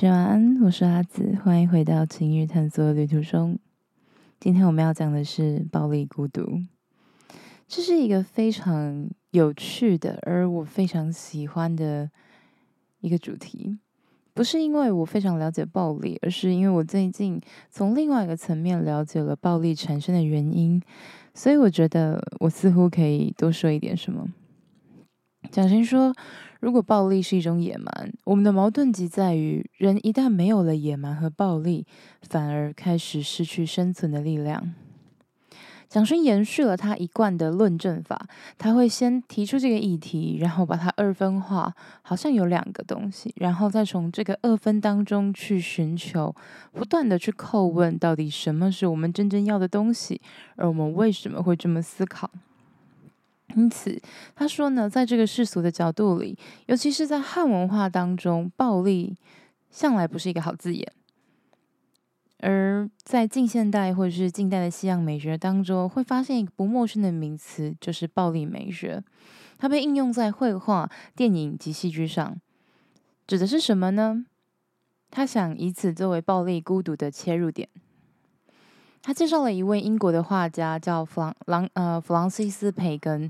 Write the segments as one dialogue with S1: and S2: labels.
S1: 晚安，我是阿紫，欢迎回到情欲探索旅途中。今天我们要讲的是暴力孤独，这是一个非常有趣的，而我非常喜欢的一个主题。不是因为我非常了解暴力，而是因为我最近从另外一个层面了解了暴力产生的原因，所以我觉得我似乎可以多说一点什么。蒋勋说，如果暴力是一种野蛮，我们的矛盾即在于，人一旦没有了野蛮和暴力，反而开始失去生存的力量。蒋勋延续了他一贯的论证法，他会先提出这个议题，然后把它二分化，好像有两个东西，然后再从这个二分当中去寻求，不断的去叩问，到底什么是我们真正要的东西，而我们为什么会这么思考。因此，他说呢，在这个世俗的角度里，尤其是在汉文化当中，暴力向来不是一个好字眼。而在近现代或者是近代的西洋美学当中，会发现一个不陌生的名词，就是暴力美学。它被应用在绘画、电影及戏剧上，指的是什么呢？他想以此作为暴力孤独的切入点。他介绍了一位英国的画家，叫弗朗西斯·培根。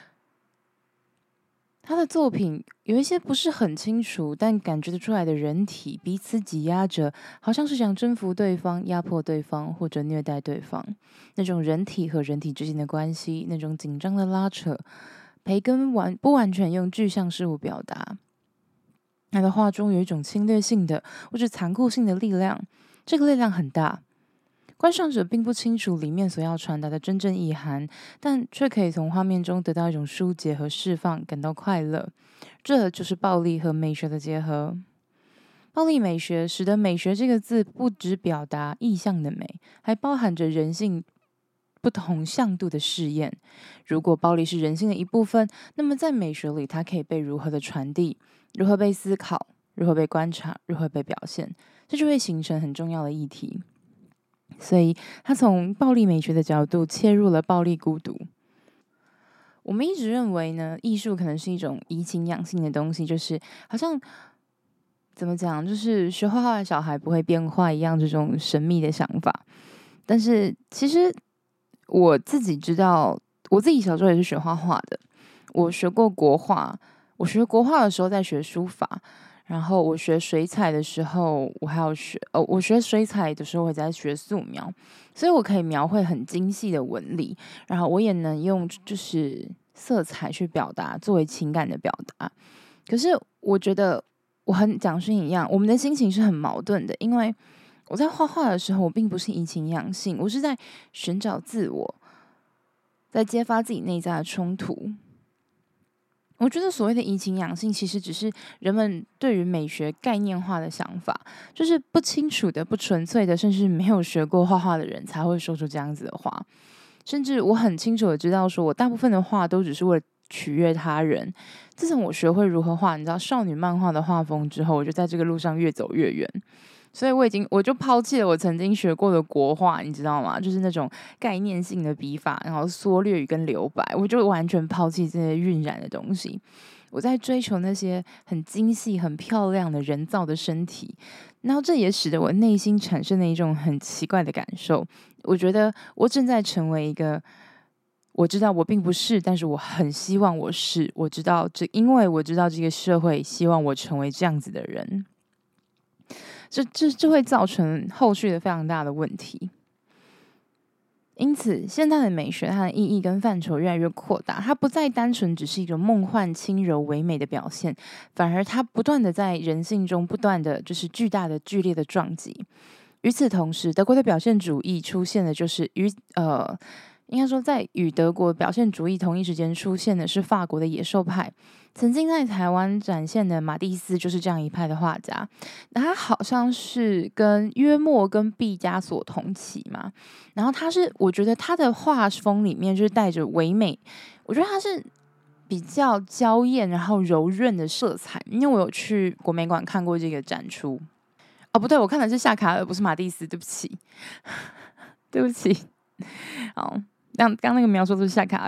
S1: 他的作品有一些不是很清楚，但感觉得出来的人体彼此挤压着，好像是想征服对方、压迫对方或者虐待对方。那种人体和人体之间的关系，那种紧张的拉扯，培根不完全用具象事物表达。他的画中有一种侵略性的或者残酷性的力量，这个力量很大。观赏者并不清楚里面所要传达的真正意涵，但却可以从画面中得到一种疏解和释放，感到快乐。这就是暴力和美学的结合。暴力美学使得美学这个字不只表达意象的美，还包含着人性不同向度的试验。如果暴力是人性的一部分，那么在美学里，它可以被如何的传递，如何被思考，如何被观察，如何被表现，这就会形成很重要的议题。所以，他从暴力美学的角度切入了暴力孤独。我们一直认为呢，艺术可能是一种怡情养性的东西，就是好像怎么讲，就是学画画的小孩不会变坏一样，这种神秘的想法。但是，其实我自己知道，我自己小时候也是学画画的，我学过国画，我学国画的时候在学书法。然后我学水彩的时候，我学水彩的时候，我在学素描，所以我可以描绘很精细的纹理，然后我也能用就是色彩去表达，作为情感的表达。可是我觉得我和蒋勋一样，我们的心情是很矛盾的，因为我在画画的时候，我并不是怡情养性，我是在寻找自我，在揭发自己内在的冲突。我觉得所谓的怡情养性，其实只是人们对于美学概念化的想法，就是不清楚的、不纯粹的，甚至没有学过画画的人才会说出这样子的话。甚至我很清楚的知道，说我大部分的画都只是为了取悦他人。自从我学会如何画，你知道少女漫画的画风之后，我就在这个路上越走越远。所以我就抛弃了我曾经学过的国画，你知道吗？就是那种概念性的笔法，然后缩略语跟留白，我就完全抛弃这些晕染的东西。我在追求那些很精细、很漂亮的人造的身体，然后这也使得我内心产生了一种很奇怪的感受。我觉得我正在成为一个，我知道我并不是，但是我很希望我是。因为我知道这个社会希望我成为这样子的人。这会造成后续的非常大的问题。因此，现代的美学它的意义跟范畴越来越扩大，它不再单纯只是一种梦幻、轻柔、唯美的表现，反而它不断的在人性中不断的就是巨大的、剧烈的撞击。与此同时，德国的表现主义出现的就是应该说在与德国表现主义同一时间出现的是法国的野兽派。曾经在台湾展现的马蒂斯就是这样一派的画家，他好像是跟约莫跟毕加索同期嘛。然后我觉得他的画风里面就是带着唯美，我觉得他是比较娇艳然后柔润的色彩。因为我有去国美馆看过这个展出。哦，不对，我看的是夏卡尔，不是马蒂斯，对不起，对不起。好，刚那个描述的是夏卡尔。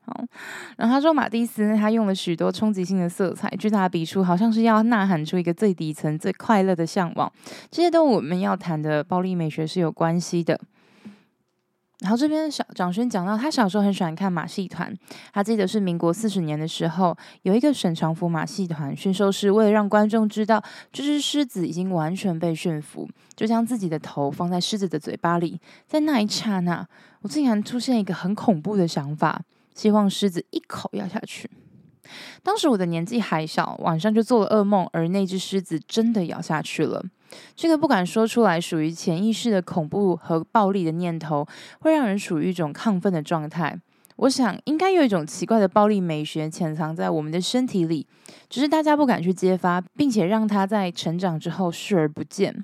S1: 然后他说马蒂斯他用了许多冲击性的色彩，巨大的笔触好像是要呐喊出一个最底层最快乐的向往，这些都我们要谈的暴力美学是有关系的。然后这边长轩讲到，他小时候很喜欢看马戏团，他记得是民国40年的时候，有一个沈长福马戏团驯兽师，为了让观众知道这只狮子已经完全被驯服，就将自己的头放在狮子的嘴巴里，在那一刹那，我竟然出现一个很恐怖的想法，希望狮子一口咬下去。当时我的年纪还小，晚上就做了噩梦，而那只狮子真的咬下去了。这个不敢说出来，属于潜意识的恐怖和暴力的念头，会让人处于一种亢奋的状态。我想，应该有一种奇怪的暴力美学潜藏在我们的身体里，只是大家不敢去揭发，并且让它在成长之后视而不见。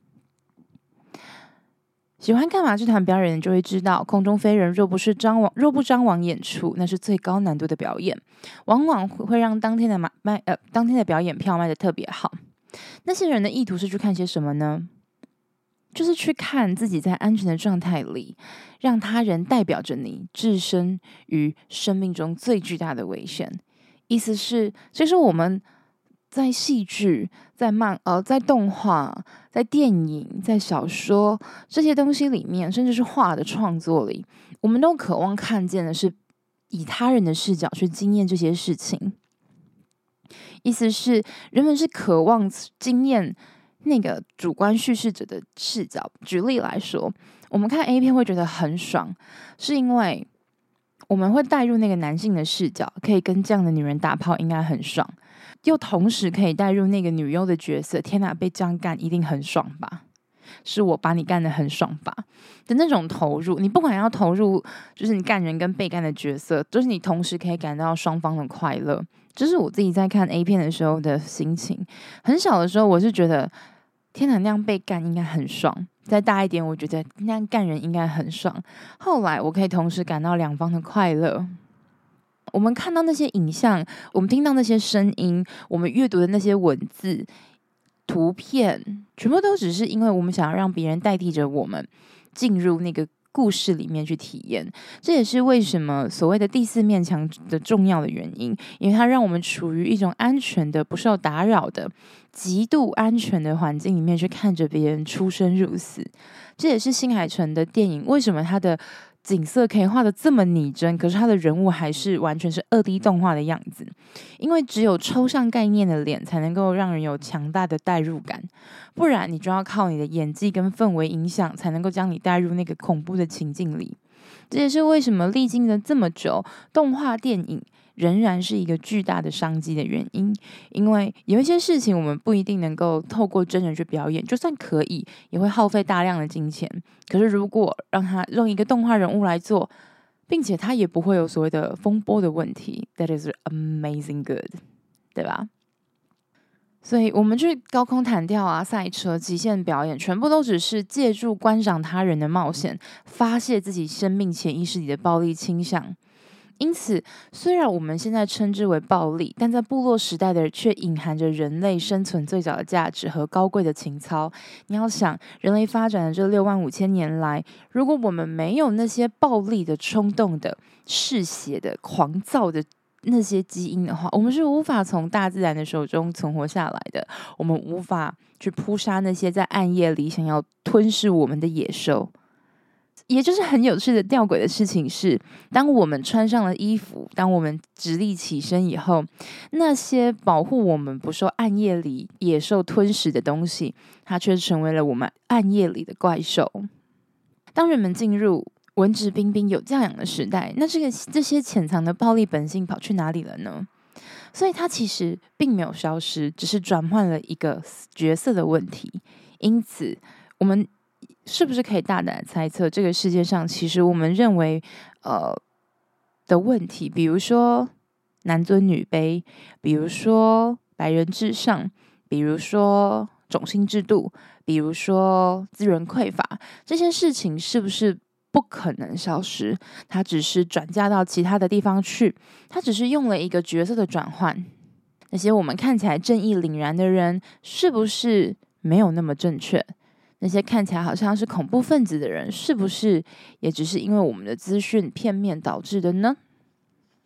S1: 喜欢看马戏团表演的人就会知道，空中飞人若不张网演出，那是最高难度的表演，往往会让当天的表演票卖得特别好。那些人的意图是去看些什么呢？就是去看自己在安全的状态里，让他人代表着你置身于生命中最巨大的危险。意思是，这是我们在戏剧、在动画、在电影、在小说这些东西里面，甚至是画的创作里，我们都渴望看见的是以他人的视角去经验这些事情。意思是，人们是渴望经验那个主观叙事者的视角。举例来说，我们看 A 片会觉得很爽，是因为我们会带入那个男性的视角，可以跟这样的女人打炮应该很爽，又同时可以带入那个女优的角色，天哪，被这样干一定很爽吧？是我把你干得很爽吧的那种投入。你不管要投入就是你干人跟被干的角色，就是你同时可以感到双方的快乐。这是我自己在看 A 片的时候的心情。很小的时候我是觉得天哪，那样被干应该很爽，再大一点我觉得那样干人应该很爽。后来我可以同时感到两方的快乐。我们看到那些影像，我们听到那些声音，我们阅读的那些文字图片，全部都只是因为我们想要让别人代替着我们进入那个故事里面去体验。这也是为什么所谓的第四面墙的重要的原因，因为它让我们处于一种安全的、不受打扰的、极度安全的环境里面去看着别人出生入死。这也是新海诚的电影为什么它的景色可以画得这么拟真，可是他的人物还是完全是2D 动画的样子。因为只有抽象概念的脸才能够让人有强大的代入感，不然你就要靠你的演技跟氛围影响，才能够将你带入那个恐怖的情境里。这也是为什么历经了这么久，动画电影仍然是一个巨大的商机的原因。因为有一些事情我们不一定能够透过真人去表演，就算可以，也会耗费大量的金钱。可是如果让他用一个动画人物来做，并且他也不会有所谓的风波的问题， That is amazing good， 对吧？所以我们去高空弹跳啊、赛车、极限表演，全部都只是借助观赏他人的冒险，发泄自己生命潜意识里的暴力倾向。因此，虽然我们现在称之为暴力，但在部落时代的却隐含着人类生存最早的价值和高贵的情操。你要想，人类发展的这65000年来，如果我们没有那些暴力的、冲动的、嗜血的、狂躁的那些基因的话，我们是无法从大自然的手中存活下来的。我们无法去扑杀那些在暗夜里想要吞噬我们的野兽。也就是很有趣的吊诡的事情是，当我们穿上了衣服，当我们直立起身以后，那些保护我们不受暗夜里野兽吞噬的东西，它却成为了我们暗夜里的怪兽。当人们进入文质彬彬有教养的时代，那这些潜藏的暴力本性跑去哪里了呢？所以它其实并没有消失，只是转换了一个角色的问题。因此我们是不是可以大胆猜测，这个世界上其实我们认为的问题，比如说男尊女卑，比如说白人至上，比如说种姓制度，比如说资源匮乏，这些事情是不是不可能消失？它只是转嫁到其他的地方去，它只是用了一个角色的转换。那些我们看起来正义凛然的人，是不是没有那么正确？那些看起来好像是恐怖分子的人，是不是也只是因为我们的资讯片面导致的呢？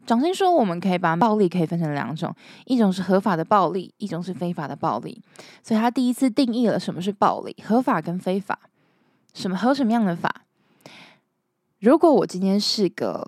S1: 掌心说，我们可以把暴力可以分成两种，一种是合法的暴力，一种是非法的暴力。所以他第一次定义了什么是暴力，合法跟非法，合什么样的法。如果我今天是个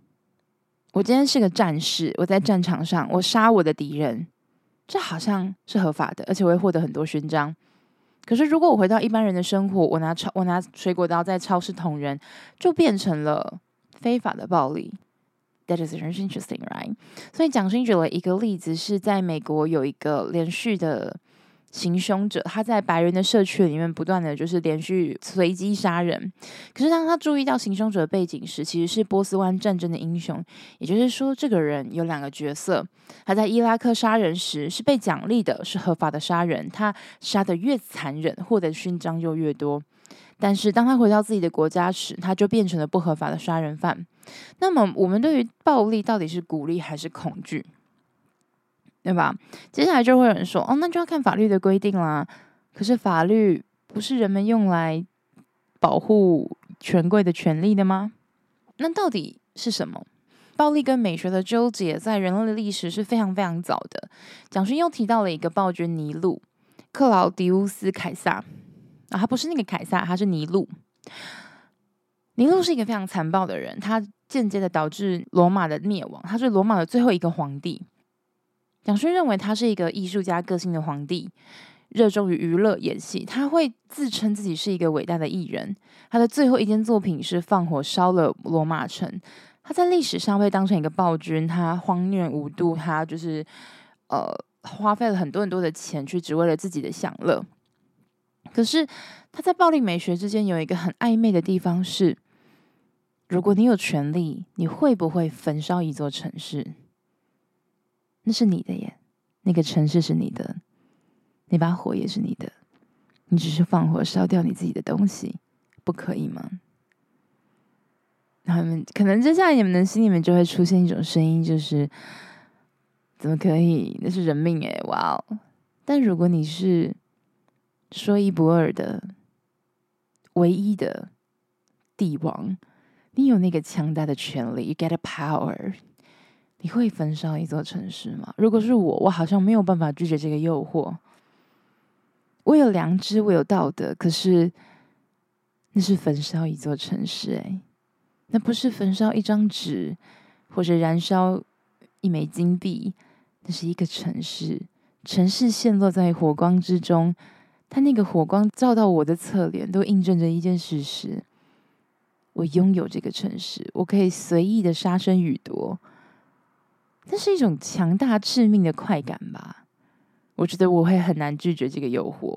S1: 战士，我在战场上，我杀我的敌人，这好像是合法的，而且我会获得很多勋章。可是如果我回到一般人的生活，我拿水果刀在超市捅人，就变成了非法的暴力。That is interesting, right? 所以蒋勋举了一个例子，是在美国有一个连续的行凶者，他在白人的社区里面不断的就是连续随机杀人。可是当他注意到行凶者的背景时，其实是波斯湾战争的英雄。也就是说，这个人有两个角色。他在伊拉克杀人时是被奖励的，是合法的杀人，他杀得越残忍，获得勋章就越多。但是当他回到自己的国家时，他就变成了不合法的杀人犯。那么我们对于暴力到底是鼓励还是恐惧，对吧？接下来就会有人说，那就要看法律的规定啦。可是法律不是人们用来保护权贵的权利的吗？那到底是什么？暴力跟美学的纠结在人类的历史是非常非常早的。蒋勋又提到了一个暴君尼禄，克劳迪乌斯·凯撒。他不是那个凯撒，他是尼禄。尼禄是一个非常残暴的人，他间接的导致罗马的灭亡，他是罗马的最后一个皇帝。蒋勋认为他是一个艺术家个性的皇帝，热衷于娱乐演戏，他会自称自己是一个伟大的艺人。他的最后一件作品是放火烧了罗马城。他在历史上被当成一个暴君，他荒虐无度，他就是花费了很多很多的钱去只为了自己的享乐。可是他在暴力美学之间有一个很暧昧的地方是，如果你有权利，你会不会焚烧一座城市？那是你的耶，那个城市是你的，那把火也是你的，你只是放火烧掉你自己的东西，不可以吗？然后可能接下来你们的心里面就会出现一种声音，就是怎么可以？那是人命耶，哇哦！但如果你是说一不二的唯一的帝王，你有那个强大的权力 ，you get a power， 你会焚烧一座城市吗？如果是我好像没有办法拒绝这个诱惑。我有良知，我有道德，可是那是焚烧一座城市那不是焚烧一张纸，或者燃烧一枚金币，那是一个城市。城市陷落在火光之中，它那个火光照到我的侧脸，都印证着一件事实：我拥有这个城市，我可以随意的杀生予夺。这是一种强大致命的快感吧？我觉得我会很难拒绝这个诱惑。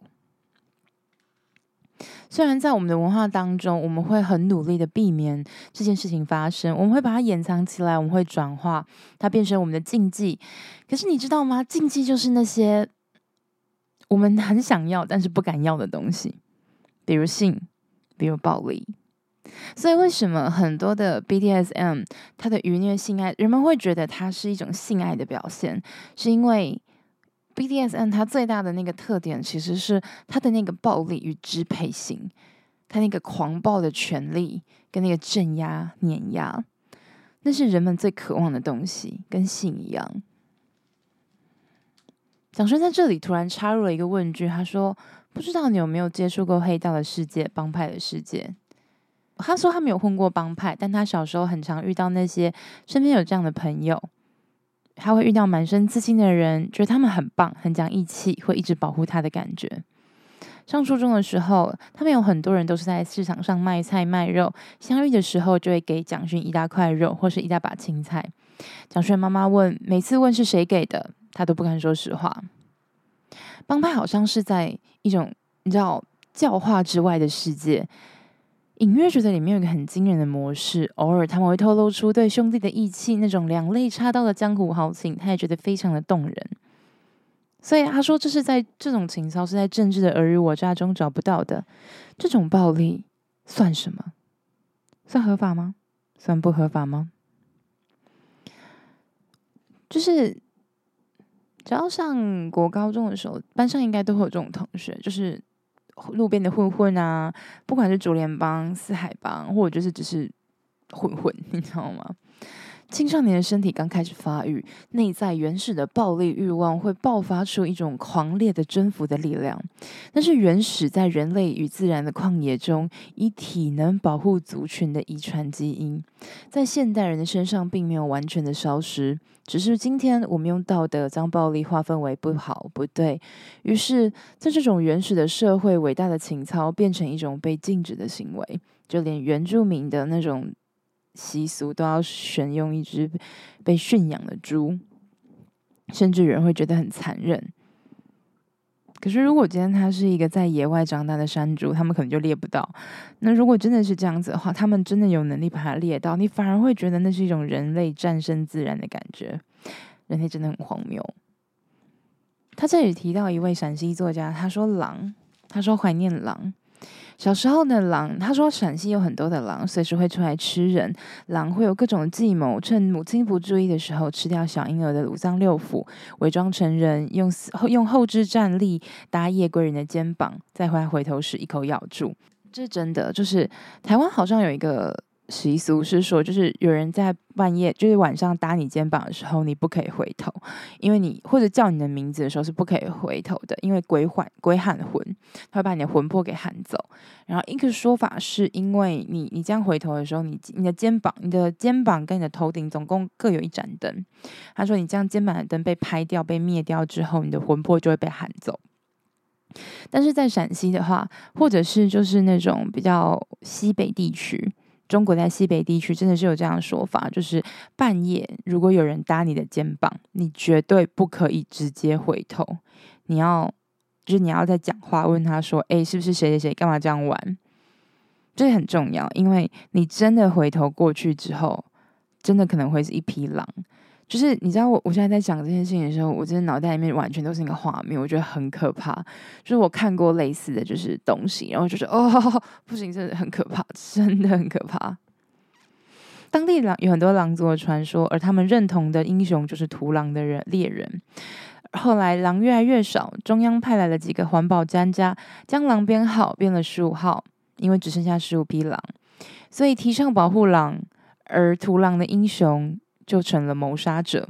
S1: 虽然在我们的文化当中，我们会很努力的避免这件事情发生，我们会把它掩藏起来，我们会转化它变成我们的禁忌。可是你知道吗？禁忌就是那些我们很想要但是不敢要的东西，比如性，比如暴力。所以为什么很多的 BDSM 它的愉虐性爱，人们会觉得它是一种性爱的表现，是因为BDSM 它最大的那个特点其实是它的那个暴力与支配性，它那个狂暴的权力跟那个镇压碾压，那是人们最渴望的东西，跟性一样。蒋勋在这里突然插入了一个问句，他说不知道你有没有接触过黑道的世界，帮派的世界。他说他没有混过帮派，但他小时候很常遇到那些身边有这样的朋友，他会遇到满身刺青的人，觉得他们很棒，很讲义气，会一直保护他的感觉。上初中的时候，他们有很多人都是在市场上卖菜卖肉，相遇的时候就会给蒋勋一大块肉或是一大把青菜。蒋勋妈妈每次问是谁给的，他都不敢说实话。帮派好像是在一种你知道教化之外的世界，隐约觉得里面有一个很惊人的模式，偶尔他们会透露出对兄弟的义气，那种两肋插刀的江湖豪情，他也觉得非常的动人。所以他说，这是在这种情操是在政治的尔虞我诈中找不到的。这种暴力算什么？算合法吗？算不合法吗？就是只要上国高中的时候，班上应该都会有这种同学，就是路边的混混啊，不管是竹联帮、四海帮，或者就是只是混混，你知道吗？ 青少年的身体刚开始发育，内在原始的暴力欲望会爆发出一种狂烈的征服的力量。那是原始在人类与自然的旷野中，以体能保护族群的遗传基因，在现代人的身上并没有完全的消失，只是今天我们用道德将暴力划分为不好不对，于是在这种原始的社会，伟大的情操变成一种被禁止的行为，就连原住民的那种习俗都要选用一只被驯养的猪，甚至人会觉得很残忍。可是如果今天他是一个在野外长大的山猪，他们可能就猎不到。那如果真的是这样子的话，他们真的有能力把它猎到，你反而会觉得那是一种人类战胜自然的感觉。人类真的很荒谬。他这里提到一位陕西作家，他说狼，他说怀念狼。小时候的狼，他说陕西有很多的狼，随时会出来吃人。狼会有各种计谋，趁母亲不注意的时候吃掉小婴儿的五脏六腑，伪装成人，用后肢站立搭夜归人的肩膀，再回头时一口咬住。这真的就是台湾好像有一个习俗是说，就是有人在半夜，就是晚上搭你肩膀的时候，你不可以回头，因为你或者叫你的名字的时候是不可以回头的，因为鬼喊魂，他会把你的魂魄给喊走。然后一个说法是因为你这样回头的时候，你的肩膀跟你的头顶总共各有一盏灯。他说你这样肩膀的灯被拍掉、被灭掉之后，你的魂魄就会被喊走。但是在陕西的话，或者是就是那种比较西北地区。中国在西北地区真的是有这样的说法，就是半夜如果有人搭你的肩膀，你绝对不可以直接回头，你要在讲话问他说，是不是谁谁谁，干嘛这样玩？这很重要，因为你真的回头过去之后，真的可能会是一匹狼。就是你知道我现在在讲这件事情的时候，我真的脑袋里面完全都是那个画面，我觉得很可怕。就是我看过类似的就是东西，然后就是不行，真的很可怕，真的很可怕。当地有很多狼族的传说，而他们认同的英雄就是屠狼的猎人。后来狼越来越少，中央派来了几个环保专家，将狼编号变了15号，因为只剩下15匹狼，所以提倡保护狼，而屠狼的英雄就成了谋杀者。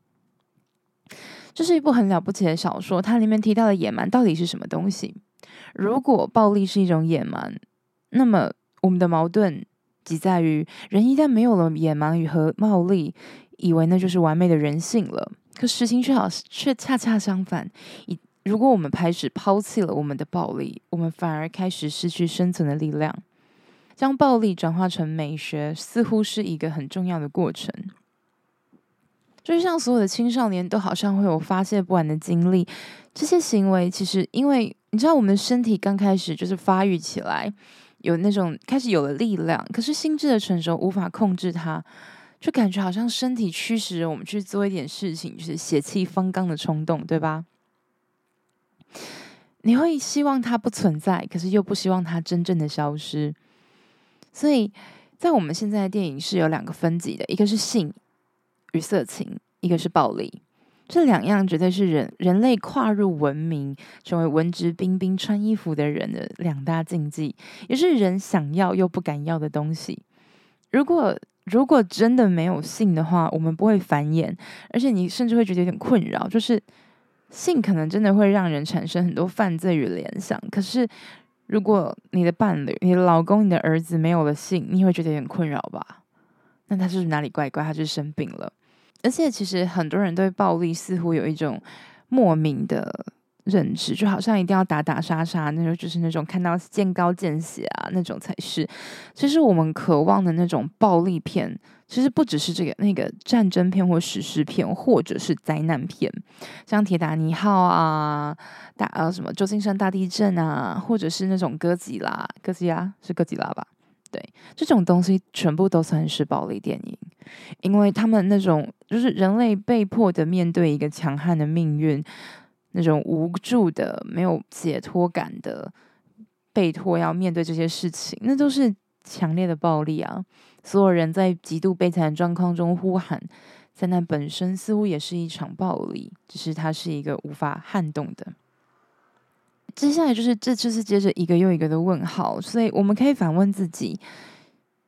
S1: 这是一部很了不起的小说，它里面提到的野蛮到底是什么东西？如果暴力是一种野蛮，那么我们的矛盾即在于，人一旦没有了野蛮与暴力，以为那就是完美的人性了。可事情却恰恰相反。如果我们开始抛弃了我们的暴力，我们反而开始失去生存的力量。将暴力转化成美学，似乎是一个很重要的过程。就是像所有的青少年都好像会有发泄不完的精力，这些行为其实因为你知道我们的身体刚开始就是发育起来，有那种开始有了力量，可是心智的成熟无法控制它，就感觉好像身体驱使我们去做一点事情，就是血气方刚的冲动，对吧？你会希望它不存在，可是又不希望它真正的消失。所以在我们现在的电影是有2个分级的，一个是性与色情，一个是暴力。这2样绝对是人类跨入文明，成为文质彬彬穿衣服的人的2大禁忌，也是人想要又不敢要的东西。如果真的没有性的话，我们不会繁衍，而且你甚至会觉得有点困扰，就是性可能真的会让人产生很多犯罪与联想。可是如果你的伴侣、你的老公、你的儿子没有了性，你会觉得有点困扰吧？那他是不是哪里怪怪？他就是生病了。而且其实很多人对暴力似乎有一种莫名的认知，就好像一定要打打杀杀，那种就是那种看到见高见血啊那种才是。其实我们渴望的那种暴力片，其实不只是那个战争片或史诗片，或者是灾难片，像铁达尼号啊、什么旧金山大地震啊，或者是那种哥吉拉是哥吉拉吧？对，这种东西全部都算是暴力电影，因为他们那种就是人类被迫的面对一个强悍的命运，那种无助的、没有解脱感的被迫要面对这些事情，那都是强烈的暴力啊！所有人在极度悲惨的状况中呼喊，灾难本身似乎也是一场暴力，只是它是一个无法撼动的。接下来这就是接着一个又一个的问号，所以我们可以反问自己：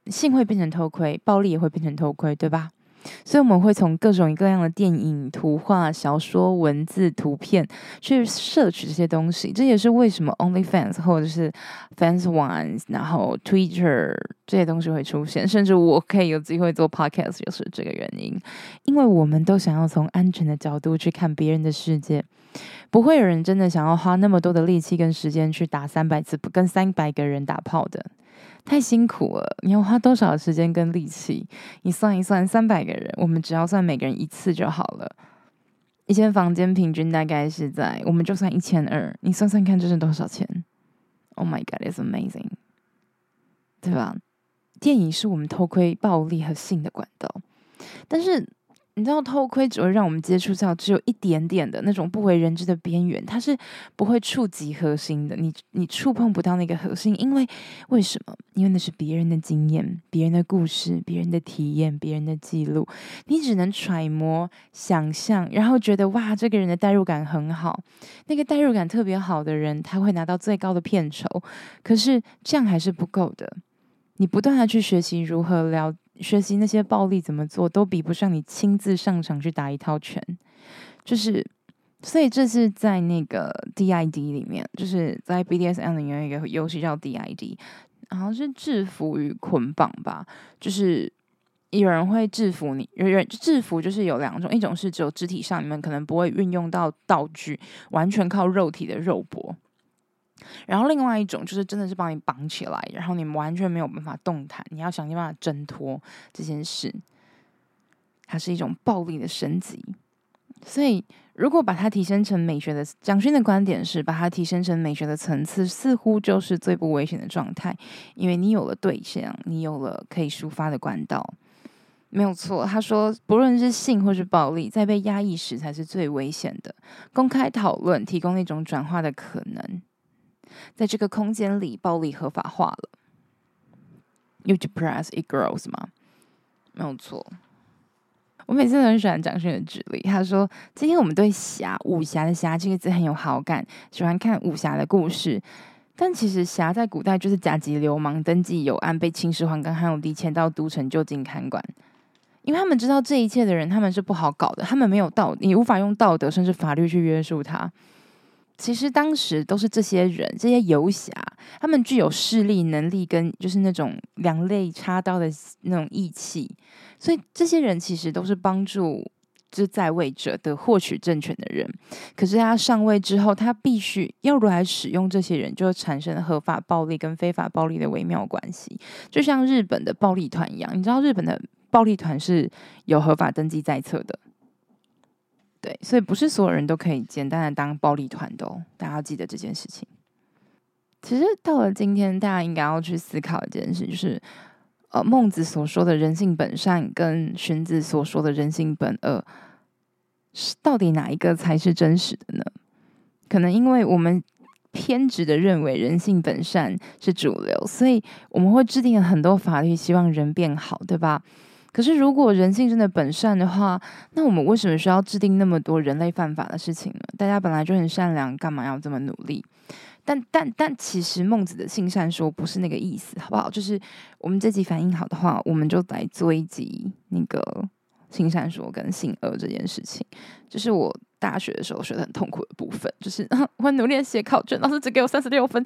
S1: 性会变成偷窥，暴力也会变成偷窥，对吧？所以我们会从各种各样的电影、图画、小说、文字、图片去摄取这些东西。这也是为什么 OnlyFans 或者是 Fans One， 然后 Twitter 这些东西会出现，甚至我可以有机会做 Podcast， 就是这个原因。因为我们都想要从安全的角度去看别人的世界，不会有人真的想要花那么多的力气跟时间去打300次，跟300个人打炮的。太辛苦了，你要花多少时间跟力气？你算一算，300个人，我们只要算每个人1次就好了。一间房间平均大概是在，我们就算1200，你算算看这是多少钱 ？Oh my god, it's amazing， 对吧？电影是我们偷窥暴力和性的管道，但是你知道偷窥只会让我们接触到只有一点点的那种不为人知的边缘，它是不会触及核心的，你触碰不到那个核心，因为什么？因为那是别人的经验、别人的故事、别人的体验、别人的记录，你只能揣摩、想象，然后觉得哇，这个人的代入感很好，那个代入感特别好的人，他会拿到最高的片酬，可是这样还是不够的，你不断的去学习如何学习那些暴力怎么做，都比不上你亲自上场去打一套拳。所以这是在那个 DID 里面，就是在 BDSM 里面有一个游戏叫 DID， 好像是制服与捆绑吧，就是有人会制服你，制服就是有2种，一种是只有肢体上，你们可能不会运用到道具，完全靠肉体的肉搏。然后另外一种就是真的是帮你绑起来，然后你完全没有办法动弹，你要想尽办法挣脱这件事，它是一种暴力的升级。所以如果把它提升成美学的，蒋勋的观点是把它提升成美学的层次，似乎就是最不危险的状态，因为你有了对象，你有了可以抒发的管道。没有错，他说不论是性或是暴力，在被压抑时才是最危险的。公开讨论提供那种转化的可能，在这个空间里，暴力合法化了。You depress it grows 吗？没有错。我每次都很喜欢蒋勋的举例，他说今天我们对武侠的侠这个字很有好感，喜欢看武侠的故事，但其实侠在古代就是甲级流氓，登记有案，被秦始皇跟汉武帝迁到都城就近看管。因为他们知道这一切的人，他们是不好搞的，他们没有你无法用道德甚至法律去约束他。其实当时都是这些人，这些游侠，他们具有势力、能力跟就是那种两肋插刀的那种义气，所以这些人其实都是帮助就是在位者的获取政权的人。可是他上位之后，他必须要如何使用这些人，就产生了合法暴力跟非法暴力的微妙关系。就像日本的暴力团一样，你知道日本的暴力团是有合法登记在册的。对，所以不是所有人都可以简单的当暴力团的哦，大家要记得这件事情。其实到了今天，大家应该要去思考一件事，就是孟子所说的人性本善，跟荀子所说的人性本恶，到底哪一个才是真实的呢？可能因为我们偏执的认为人性本善是主流，所以我们会制定很多法律，希望人变好，对吧？可是，如果人性真的本善的话，那我们为什么需要制定那么多人类犯法的事情呢？大家本来就很善良，干嘛要这么努力？但其实孟子的性善说不是那个意思，好不好？就是我们这集反应好的话，我们就来做一集那个性善说跟性恶这件事情。就是我大学的时候学得很痛苦的部分，就是我很努力的写考卷，老师只给我36分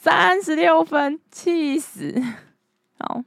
S1: ，36分，气死！好。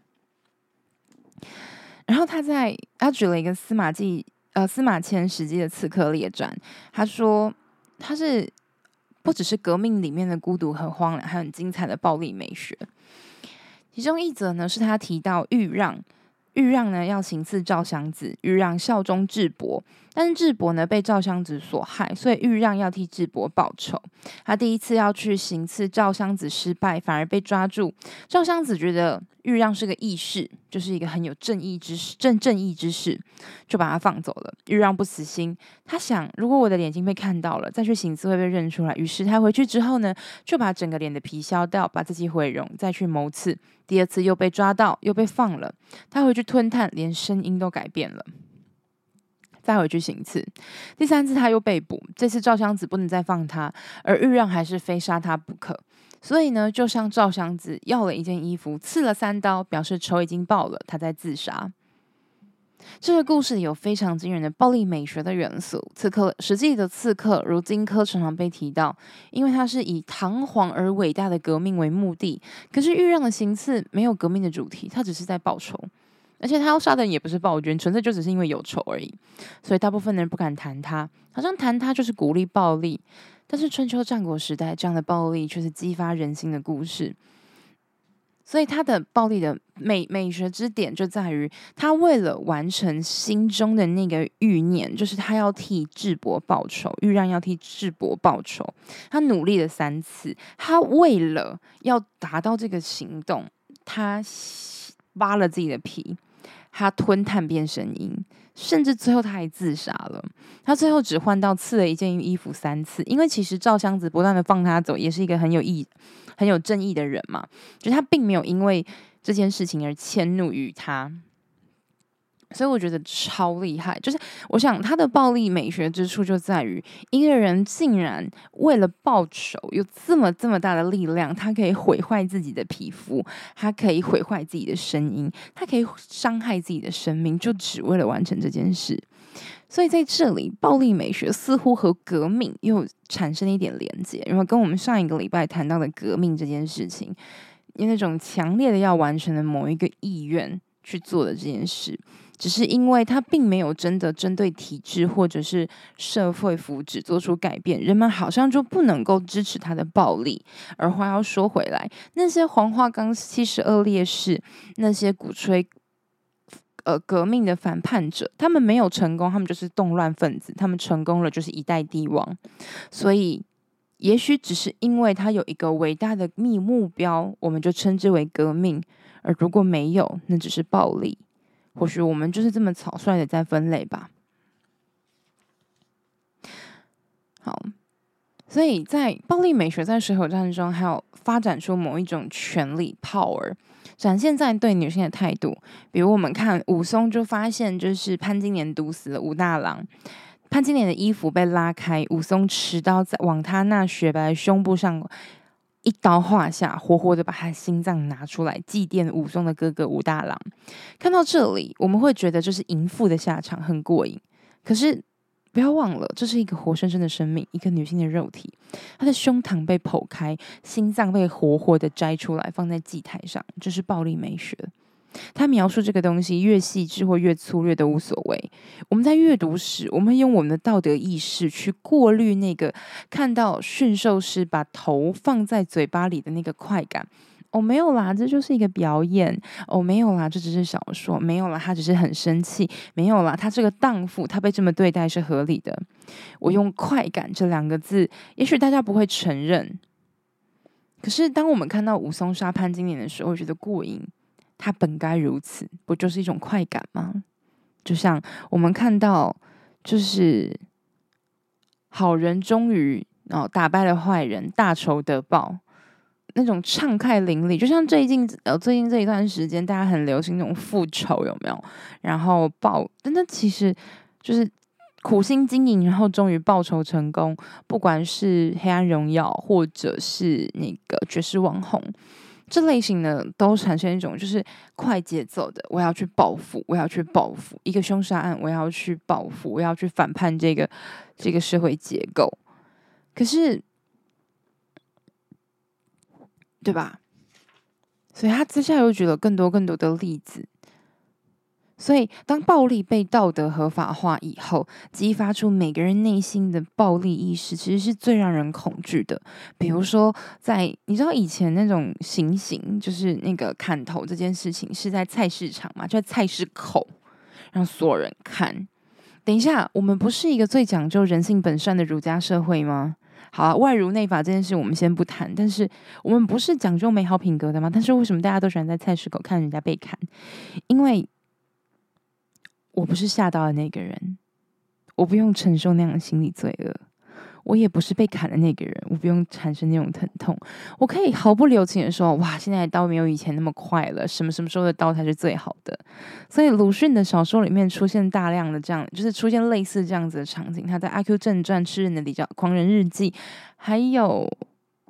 S1: 然后他举了一个司马迁实际的刺客列传，他说他是不只是革命里面的孤独和荒凉，还有很精彩的暴力美学。其中一则呢是他提到豫让呢要行刺赵襄子，豫让效忠智伯，但是智伯呢被赵襄子所害，所以豫让要替智伯报仇。他第一次要去行刺赵襄子失败，反而被抓住。赵襄子觉得豫让是个义士，就是一个很有正义之士，就把他放走了。豫让不死心，他想如果我的脸已经被看到了，再去行刺会被认出来。于是他回去之后呢，就把整个脸的皮削掉，把自己毁容，再去谋刺。第二次又被抓到，又被放了。他回去吞炭，连声音都改变了。再回去行刺，第三次他又被捕，这次赵襄子不能再放他，而豫让还是非杀他不可。 所以呢，就向赵襄子要了一件衣服，刺了3刀，表示仇已经报了，他在自杀。这个故事里有非常惊人的暴力美学的元素。实际的刺客如荆轲常常被提到，因为他是以堂皇而伟大的革命为目的。可是豫让的行刺没有革命的主题，他只是在报仇，而且他要杀的人也不是暴君，纯粹就只是因为有仇而已。所以大部分人不敢谈他，好像谈他就是鼓励暴力。但是春秋战国时代，这样的暴力却是激发人心的故事。所以他的暴力的美学之点就在于，他为了完成心中的那个欲念，就是他要替智伯报仇，豫让要替智伯报仇，他努力了3次，他为了要达到这个行动，他扒了自己的皮，他吞炭变声音，甚至最后他还自杀了。他最后只换到刺了一件衣服3次，因为其实赵襄子不断的放他走，也是一个很有正义的人嘛，就是他并没有因为这件事情而迁怒于他。所以我觉得超厉害，就是我想他的暴力美学之处就在于，一个人竟然为了报仇有这么大的力量，他可以毁坏自己的皮肤，他可以毁坏自己的声音，他可以伤害自己的生命，就只为了完成这件事。所以在这里，暴力美学似乎和革命又产生了一点连接，因为跟我们上一个礼拜谈到的革命这件事情，有那种强烈的要完成的某一个意愿去做的这件事，只是因为他并没有真的针对体制或者是社会福祉做出改变，人们好像就不能够支持他的暴力。而话要说回来，那些黄花岗72烈士，那些鼓吹革命的反叛者，他们没有成功，他们就是动乱分子；他们成功了，就是一代帝王。所以，也许只是因为他有一个伟大的目标，我们就称之为革命；而如果没有，那只是暴力。或许我们就是这么草率的在分类吧。好，所以在暴力美学在水口战中，还有发展出某一种权力 power。展现在对女性的态度，比如我们看武松就发现，就是潘金莲毒死了武大郎，潘金莲的衣服被拉开，武松持刀往他那雪白的胸部上一刀划下，活活的把他的心脏拿出来祭奠武松的哥哥武大郎。看到这里，我们会觉得这是淫妇的下场，很过瘾。可是不要忘了，这是一个活生生的生命，一个女性的肉体，她的胸膛被剖开，心脏被活活的摘出来，放在祭台上，这是暴力美学。他描述这个东西越细致或越粗略都无所谓。我们在阅读时，我们用我们的道德意识去过滤那个看到驯兽师把头放在嘴巴里的那个快感。哦，没有啦，这就是一个表演。哦，没有啦，这只是小说。没有啦，他只是很生气。没有啦，他这个荡妇，他被这么对待是合理的。我用快感这2个字，也许大家不会承认。可是当我们看到武松杀潘金莲的时候，我觉得过瘾。他本该如此，不就是一种快感吗？就像我们看到，就是好人终于打败了坏人，大仇得报。那种畅快淋漓，就像最近这一段时间，大家很流行那种复仇，有没有？然后但那其实就是苦心经营，然后终于报仇成功。不管是黑暗荣耀，或者是那个绝世网红，这类型的都产生一种就是快节奏的，我要去报复，我要去报复一个凶杀案，我要去报复，我要去反叛这个社会结构。可是，对吧？所以他接下来又举了更多的例子。所以当暴力被道德合法化以后，激发出每个人内心的暴力意识，其实是最让人恐惧的。比如说你知道以前那种行刑，就是那个砍头这件事情是在菜市场嘛，就在菜市口让所有人看。等一下，我们不是一个最讲究人性本善的儒家社会吗？好啊，外儒内法这件事我们先不谈，但是我们不是讲究美好品格的吗？但是为什么大家都喜欢在菜市口看人家被砍？因为我不是吓到的那个人，我不用承受那样的心理罪恶，我也不是被砍的那个人，我不用产生那种疼痛，我可以毫不留情的说，哇，现在的刀没有以前那么快了，什么时候的刀才是最好的。所以鲁迅的小说里面出现大量的这样，就是出现类似这样子的场景。他在《阿 Q 正传》、《吃人的狂人日记》，还有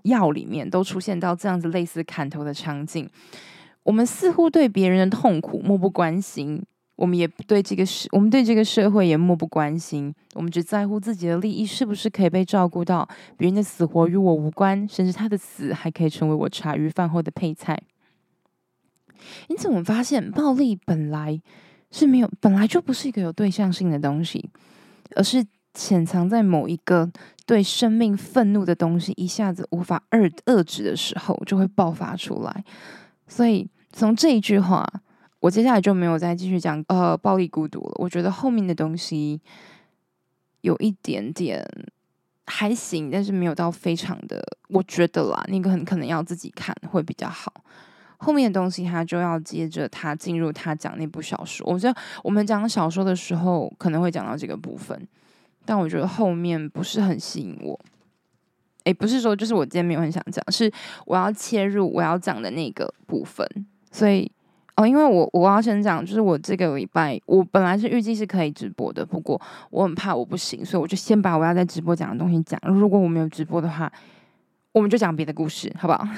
S1: 药里面都出现到这样子类似砍头的场景。我们似乎对别人的痛苦漠不关心，我们对这个社会也漠不关心，我们只在乎自己的利益是不是可以被照顾到，别人的死活与我无关，甚至他的死还可以成为我茶余饭后的配菜。因此我们发现暴力本来就不是一个有对象性的东西，而是潜藏在某一个对生命愤怒的东西一下子无法遏制的时候就会爆发出来。所以从这一句话，我接下来就没有再继续讲暴力孤独了。我觉得后面的东西有一点点还行，但是没有到非常的，我觉得啦，那个很可能要自己看会比较好。后面的东西他就要接着他进入他讲那部小说。我觉得我们讲小说的时候可能会讲到这个部分，但我觉得后面不是很吸引我。不是说就是我今天没有很想讲，是我要切入我要讲的那个部分。所以因为我要先讲，就是我这个礼拜我本来是预计是可以直播的，不过我很怕我不行，所以我就先把我要在直播讲的东西讲。如果我没有直播的话，我们就讲别的故事，好不好？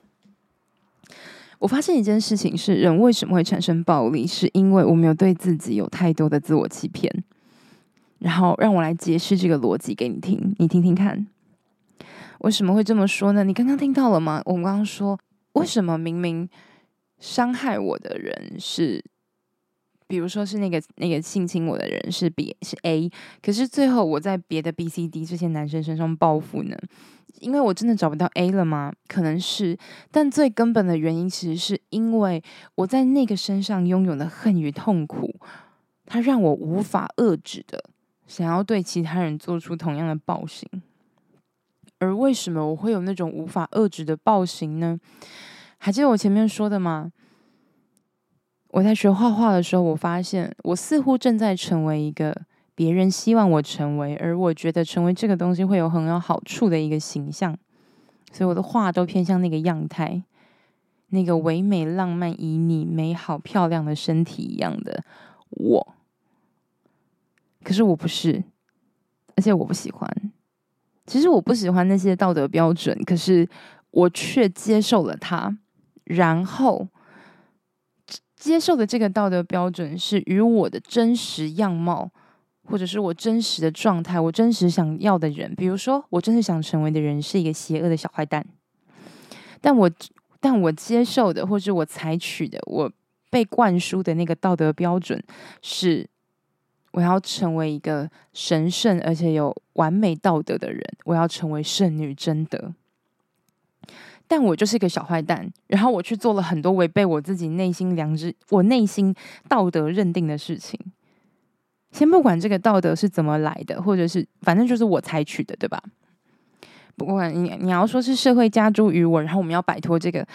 S1: 我发现一件事情是，人为什么会产生暴力，是因为我们有对自己有太多的自我欺骗。然后让我来解释这个逻辑给你听，你听听看。为什么会这么说呢？你刚刚听到了吗？我们刚刚说，为什么明明伤害我的人是，比如说是那个性侵我的人是 A， 可是最后我在别的 B、C、D 这些男生身上报复呢？因为我真的找不到 A 了吗？可能是，但最根本的原因其实是因为我在那个身上拥有的恨与痛苦，它让我无法遏制的想要对其他人做出同样的暴行。而为什么我会有那种无法遏制的暴行呢？还记得我前面说的吗？我在学画画的时候，我发现我似乎正在成为一个别人希望我成为，而我觉得成为这个东西会有很有好处的一个形象，所以我的画都偏向那个样态，那个唯美浪漫旖旎美好漂亮的身体一样的我。可是我不是，而且我不喜欢。其实我不喜欢那些道德标准，可是我却接受了它，然后接受的这个道德标准是与我的真实样貌，或者是我真实的状态，我真实想要的人，比如说我真实想成为的人是一个邪恶的小坏蛋，但我接受的，或是我采取的，我被灌输的那个道德标准是我要成为一个神圣而且有完美道德的人，我要成为圣女贞德。但我就是一个小坏蛋，然后我去做了很多违背我自己内心良知、我内心道德认定的事情。先不管这个道德是怎么来的，或者是反正就是我采取的，对吧？不过你要说是社会加诸于我，然后我们要摆脱这个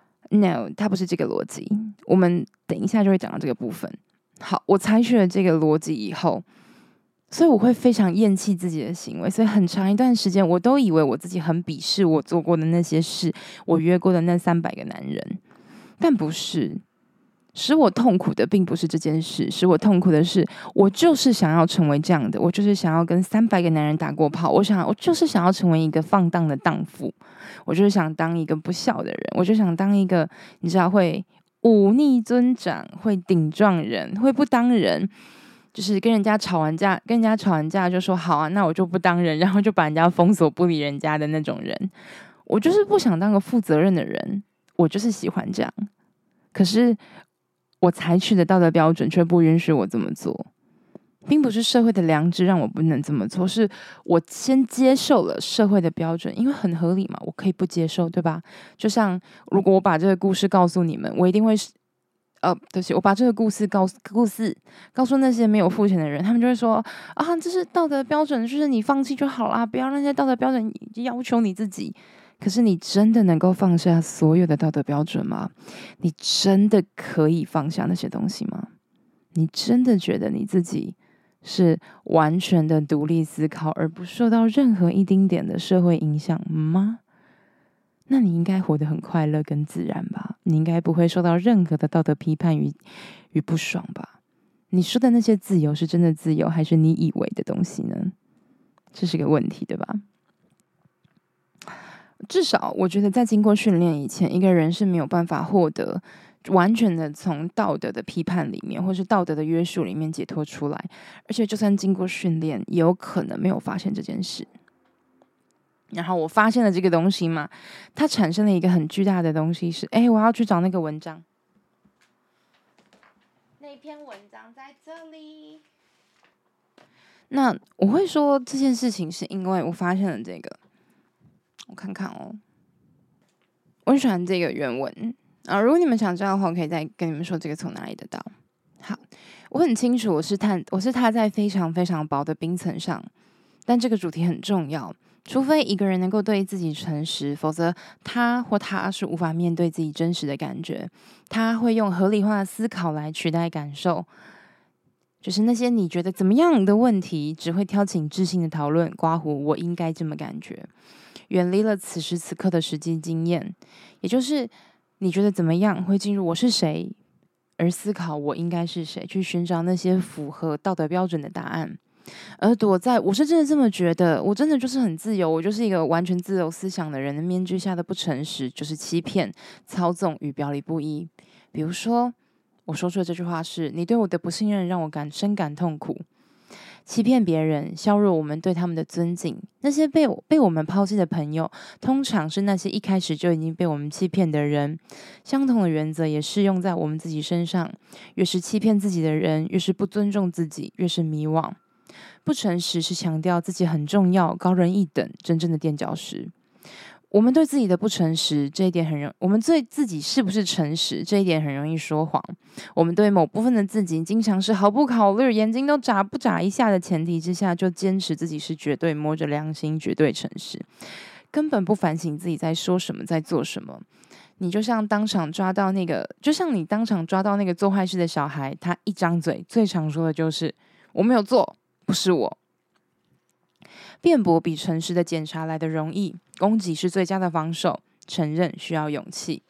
S1: ，no， 它不是这个逻辑。我们等一下就会讲到这个部分。好，我采取了这个逻辑以后，所以我会非常厌弃自己的行为，所以很长一段时间我都以为我自己很鄙视我做过的那些事，我约过的那300个男人，但不是。使我痛苦的并不是这件事，使我痛苦的是，我就是想要成为这样的，我就是想要跟300个男人打过炮，我就是想要成为一个放荡的荡妇，我就是想当一个不孝的人，我就想当一个你知道会忤逆尊长，会顶撞人，会不当人，就是跟人家吵完架就说好啊，那我就不当人，然后就把人家封锁不理人家的那种人。我就是不想当个负责任的人，我就是喜欢这样。可是我采取的道德标准却不允许我这么做，并不是社会的良知让我不能这么做，是我先接受了社会的标准，因为很合理嘛，我可以不接受，对吧？就像如果我把这个故事告诉你们，我一定会对不起，我把这个故事告诉那些没有付钱的人，他们就会说啊，这是道德标准，就是你放弃就好啦，不要让那些道德标准要求你自己。可是你真的能够放下所有的道德标准吗？你真的可以放下那些东西吗？你真的觉得你自己是完全的独立思考，而不受到任何一丁点的社会影响吗？那你应该活得很快乐跟自然吧？你应该不会受到任何的道德批判与不爽吧？你说的那些自由是真的自由，还是你以为的东西呢？这是个问题，对吧？ 至少我觉得在经过训练以前，一个人是没有办法获得完全的从道德的批判里面，或是道德的约束里面解脱出来。而且就算经过训练，也有可能没有发现这件事。然后我发现了这个东西嘛，它产生了一个很巨大的东西是，我要去找那个文章。那篇文章在这里。那我会说这件事情是因为我发现了这个，我看看哦，我很喜欢这个原文啊。如果你们想知道的话，我可以再跟你们说这个从哪里得到。好，我很清楚我是踏在非常非常薄的冰层上，但这个主题很重要。除非一个人能够对自己诚实，否则他是无法面对自己真实的感觉。他会用合理化的思考来取代感受，就是那些你觉得怎么样的问题，只会挑起知性的讨论，刮胡我应该这么感觉，远离了此时此刻的实际经验。也就是你觉得怎么样，会进入我是谁，而思考我应该是谁，去寻找那些符合道德标准的答案。而躲在我是真的这么觉得，我真的就是很自由，我就是一个完全自由思想的人的面具下的不诚实，就是欺骗、操纵与表里不一。比如说，我说出的这句话是：你对我的不信任让我深感痛苦。欺骗别人，削弱我们对他们的尊敬。那些被我们抛弃的朋友，通常是那些一开始就已经被我们欺骗的人。相同的原则也适用在我们自己身上。越是欺骗自己的人，越是不尊重自己，越是迷惘。不诚实是强调自己很重要、高人一等，真正的垫脚石。我们对自己的不诚实，这一点很容易；我们对自己是不是诚实，这一点很容易说谎。我们对某部分的自己，经常是毫不考虑、眼睛都眨不眨一下的前提之下，就坚持自己是绝对摸着良心、绝对诚实，根本不反省自己在说什么、在做什么。你就像你当场抓到那个做坏事的小孩，他一张嘴最常说的就是“我没有做，不是我”。辩驳比诚实的检查来得容易，攻击是最佳的防守，承认需要勇气。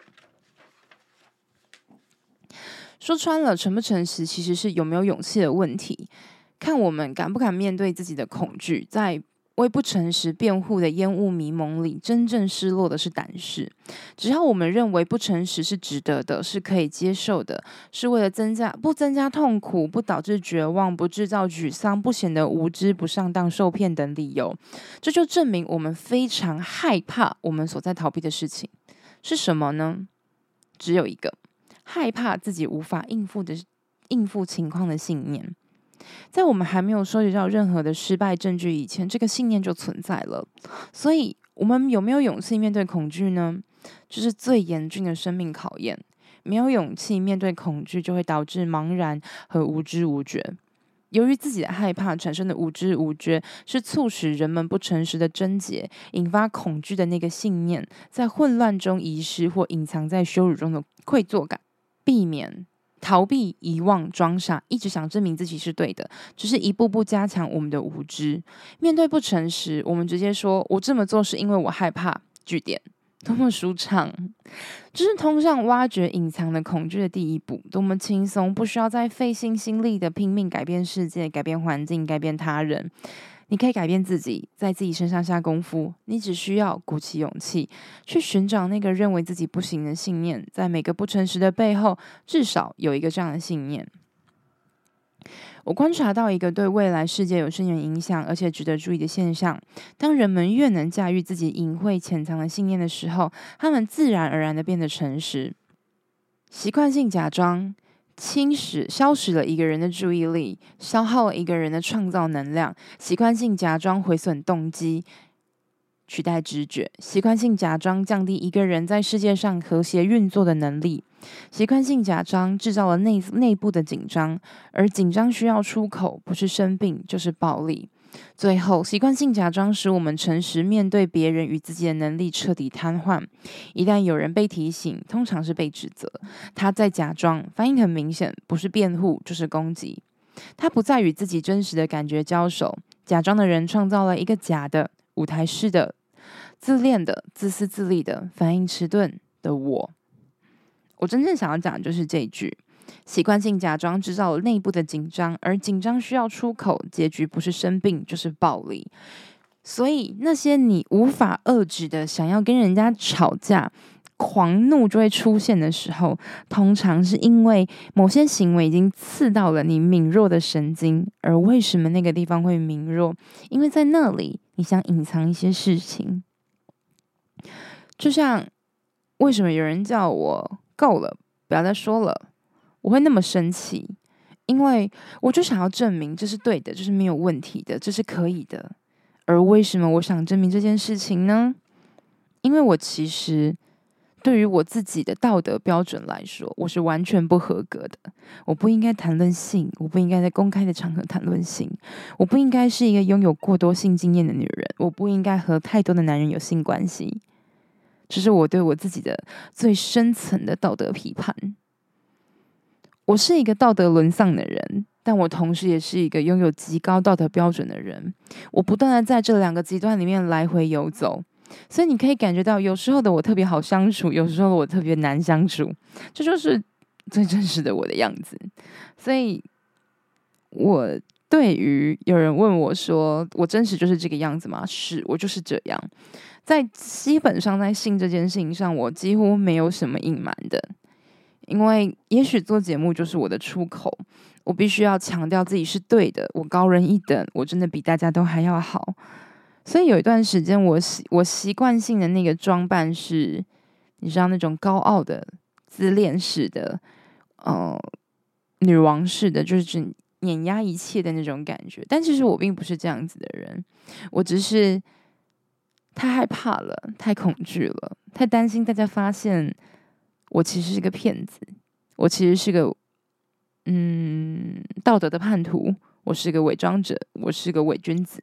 S1: 说穿了，诚不诚实其实是有没有勇气的问题，看我们敢不敢面对自己的恐惧。在为不诚实辩护的烟雾迷蒙里，真正失落的是胆识。只要我们认为不诚实是值得的，是可以接受的，是为了不增加痛苦，不导致绝望，不制造沮丧，不显得无知，不上当受骗等理由，这就证明我们非常害怕我们所在逃避的事情是什么呢？只有一个，害怕自己无法应付情况的信念。在我们还没有收集到任何的失败证据以前，这个信念就存在了。所以我们有没有勇气面对恐惧呢？这是最严峻的生命考验。没有勇气面对恐惧，就会导致茫然和无知无觉。由于自己的害怕产生的无知无觉，是促使人们不诚实的症结，引发恐惧的那个信念，在混乱中遗失或隐藏在羞辱中的愧疚感，避免逃避、遗忘、装傻，一直想证明自己是对的，只是一步步加强我们的无知。面对不诚实，我们直接说：“我这么做是因为我害怕。”句点，多么舒畅！这是通向挖掘隐藏的恐惧的第一步，多么轻松，不需要再费尽心力的拼命改变世界、改变环境、改变他人。你可以改变自己，在自己身上下功夫。你只需要鼓起勇气，去寻找那个认为自己不行的信念。在每个不诚实的背后，至少有一个这样的信念。我观察到一个对未来世界有深远影响，而且值得注意的现象：当人们越能驾驭自己隐晦潜藏的信念的时候，他们自然而然的变得诚实。习惯性假装消蚀了一个人的注意力，消耗了一个人的创造能量。习惯性假装毁损动机，取代直觉。习惯性假装降低一个人在世界上和谐运作的能力。习惯性假装制造了内部的紧张，而紧张需要出口，不是生病就是暴力。最后，习惯性假装使我们诚实面对别人与自己的能力彻底瘫痪。一旦有人被提醒，通常是被指责，他在假装，反应很明显，不是辩护就是攻击。他不再与自己真实的感觉交手，假装的人创造了一个假的、舞台式的、自恋的、自私自利的、反应迟钝的我。我真正想要讲的就是这一句：习惯性假装制造了内部的紧张，而紧张需要出口，结局不是生病就是暴力。 所以那些你无法遏制的想要跟人家吵架、狂怒就会出现的时候，通常是因为某些行为已经刺到了你敏弱的神经。而为什么那个地方会敏弱？因为在那里你想隐藏一些事情。就像为什么有人叫我够了，不要再说了，我会那么生气，因为我就想要证明这是对的，这是没有问题的，这是可以的。而为什么我想证明这件事情呢？因为我其实对于我自己的道德标准来说，我是完全不合格的。我不应该谈论性，我不应该在公开的场合谈论性，我不应该是一个拥有过多性经验的女人，我不应该和太多的男人有性关系。这是我对我自己的最深层的道德批判。我是一个道德沦丧的人，但我同时也是一个拥有极高道德标准的人。我不断的在这两个极端里面来回游走，所以你可以感觉到，有时候的我特别好相处，有时候的我特别难相处，这就是最真实的我的样子。所以，我对于有人问我说，我真实就是这个样子吗？是，我就是这样。基本上在性这件事情上，我几乎没有什么隐瞒的。因为也许做节目就是我的出口，我必须要强调自己是对的，我高人一等，我真的比大家都还要好。所以有一段时间我习惯性的那个装扮是，你知道那种高傲的、自恋式的、女王式的，就是碾压一切的那种感觉。但其实我并不是这样子的人，我只是太害怕了，太恐惧了，太担心大家发现我其实是个骗子，我其实是个道德的叛徒，我是个伪装者，我是个伪君子。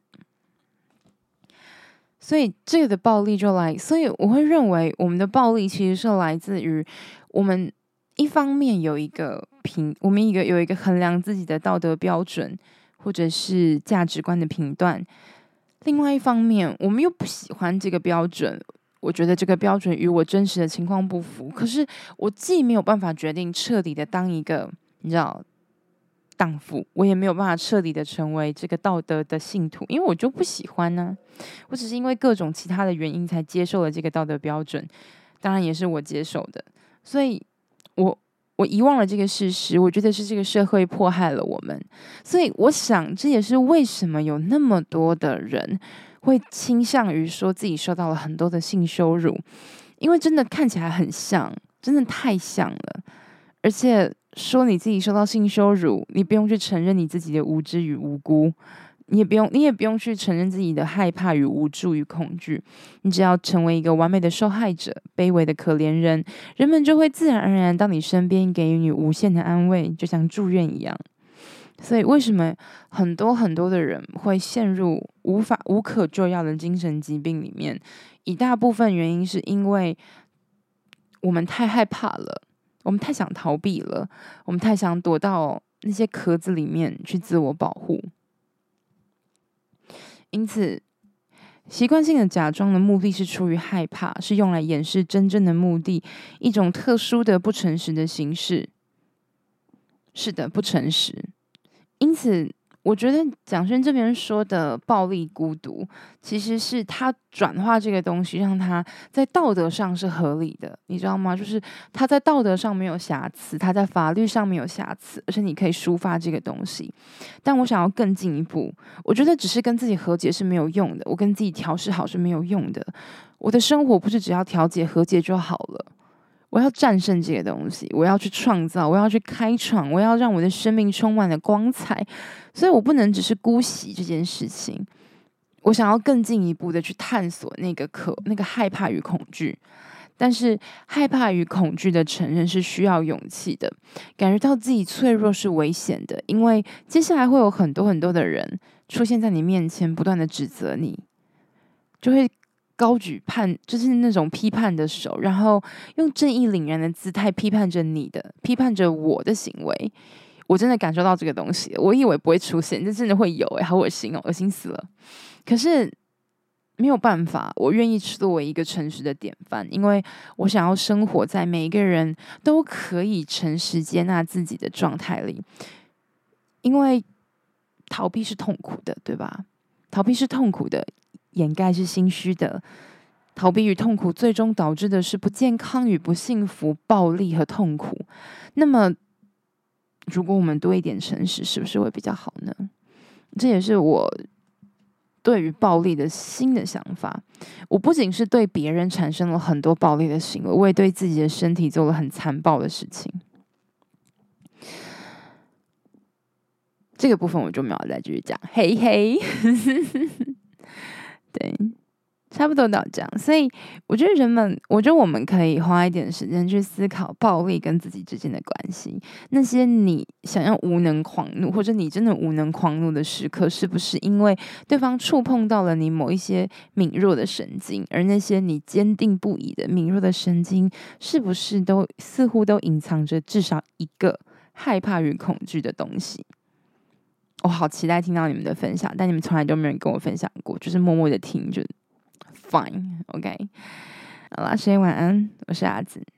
S1: 所以这个的暴力所以我会认为我们的暴力其实是来自于我们一方面我们有一个衡量自己的道德标准或者是价值观的评断，另外一方面我们又不喜欢这个标准。我觉得这个标准与我真实的情况不符，可是我既没有办法决定彻底的当一个你知道荡妇，我也没有办法彻底的成为这个道德的信徒，因为我就不喜欢呢。我只是因为各种其他的原因才接受了这个道德标准，当然也是我接受的。所以我遗忘了这个事实，我觉得是这个社会迫害了我们。所以我想这也是为什么有那么多的人会倾向于说自己受到了很多的性羞辱，因为真的看起来很像，真的太像了。而且说你自己受到性羞辱，你不用去承认你自己的无知与无辜，你也不用去承认自己的害怕与无助与恐惧，你只要成为一个完美的受害者、卑微的可怜人，人们就会自然而然到你身边，给予你无限的安慰，就像住院一样。所以为什么很多很多的人会陷入无可救药的精神疾病里面？一大部分原因是因为我们太害怕了，我们太想逃避了，我们太想躲到那些壳子里面去自我保护。因此，习惯性的假装的目的是出于害怕，是用来掩饰真正的目的，一种特殊的不诚实的形式。是的，不诚实。因此，我觉得蒋勋这边说的暴力孤独，其实是他转化这个东西，让他在道德上是合理的，你知道吗？就是他在道德上没有瑕疵，他在法律上没有瑕疵，而且你可以抒发这个东西。但我想要更进一步，我觉得只是跟自己和解是没有用的，我跟自己调试好是没有用的。我的生活不是只要调节和解就好了。我要战胜这些东西，我要去创造，我要去开创，我要让我的生命充满了光彩。所以我不能只是姑息这件事情，我想要更进一步的去探索那个害怕与恐惧。但是害怕与恐惧的承认是需要勇气的，感觉到自己脆弱是危险的，因为接下来会有很多很多的人出现在你面前，不断的指责你，就会高举就是那种批判的手，然后用正义凛然的姿态批判着我的行为。我真的感受到这个东西，我以为不会出现，这真的会有好恶心哦，恶心死了。可是没有办法，我愿意作为一个诚实的典范，因为我想要生活在每一个人都可以诚实接纳自己的状态里。因为逃避是痛苦的，对吧？逃避是痛苦的， 掩盖是心虚的。逃避与痛苦最终导致的是不健康与不幸福、暴力和痛苦。那么，如果我们多一点诚实，是不是会比较好呢？这也是我对于暴力的新的想法。我不仅是对别人产生了很多暴力的行为，我也对自己的身体做了很残暴的事情。这个部分我就没有再继续讲，嘿嘿。对，差不多到这样。所以我觉得我们可以花一点时间去思考暴力跟自己之间的关系。那些你想要无能狂怒，或者你真的无能狂怒的时刻，是不是因为对方触碰到了你某一些敏弱的神经？而那些你坚定不移的敏弱的神经，是不是似乎都隐藏着至少一个害怕与恐惧的东西？我好期待听到你们的分享，但你们从来都没有人跟我分享过，就是默默的听，就 fine，OK。好啦，深夜晚安，我是阿紫。